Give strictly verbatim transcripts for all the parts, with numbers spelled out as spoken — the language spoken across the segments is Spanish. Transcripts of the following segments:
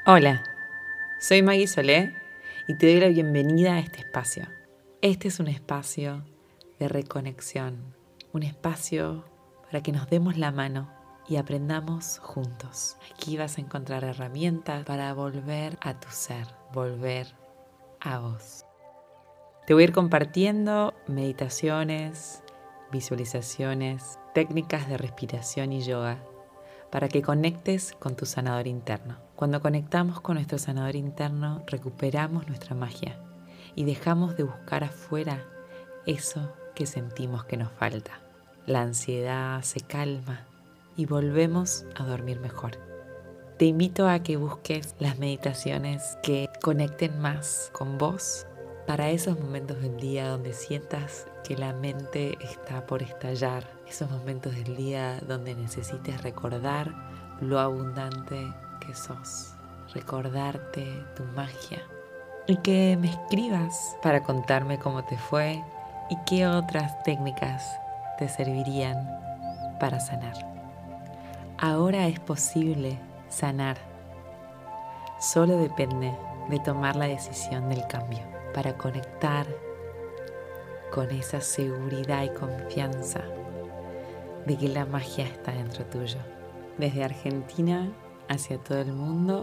Hola, soy Maggie Solé y te doy la bienvenida a este espacio. Este es un espacio de reconexión, un espacio para que nos demos la mano y aprendamos juntos. Aquí vas a encontrar herramientas para volver a tu ser, volver a vos. Te voy a ir compartiendo meditaciones, visualizaciones, técnicas de respiración y yoga para que conectes con tu sanador interno. Cuando conectamos con nuestro sanador interno, recuperamos nuestra magia y dejamos de buscar afuera eso que sentimos que nos falta. La ansiedad se calma y volvemos a dormir mejor. Te invito a que busques las meditaciones que conecten más con vos para esos momentos del día donde sientas que la mente está por estallar, esos momentos del día donde necesites recordar lo abundante que sos, recordarte tu magia y que me escribas para contarme cómo te fue y qué otras técnicas te servirían para sanar. Ahora es posible sanar, solo depende de tomar la decisión del cambio para conectar con esa seguridad y confianza de que la magia está dentro tuyo. Desde Argentina hacia todo el mundo,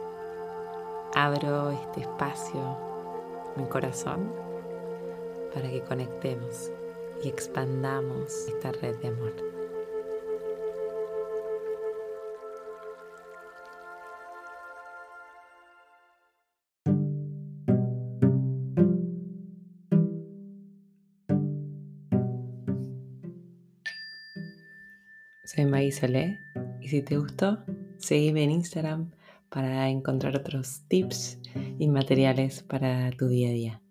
abro este espacio, mi corazón, para que conectemos y expandamos esta red de amor. Soy Maggie Solé y si te gustó, seguime en Instagram para encontrar otros tips y materiales para tu día a día.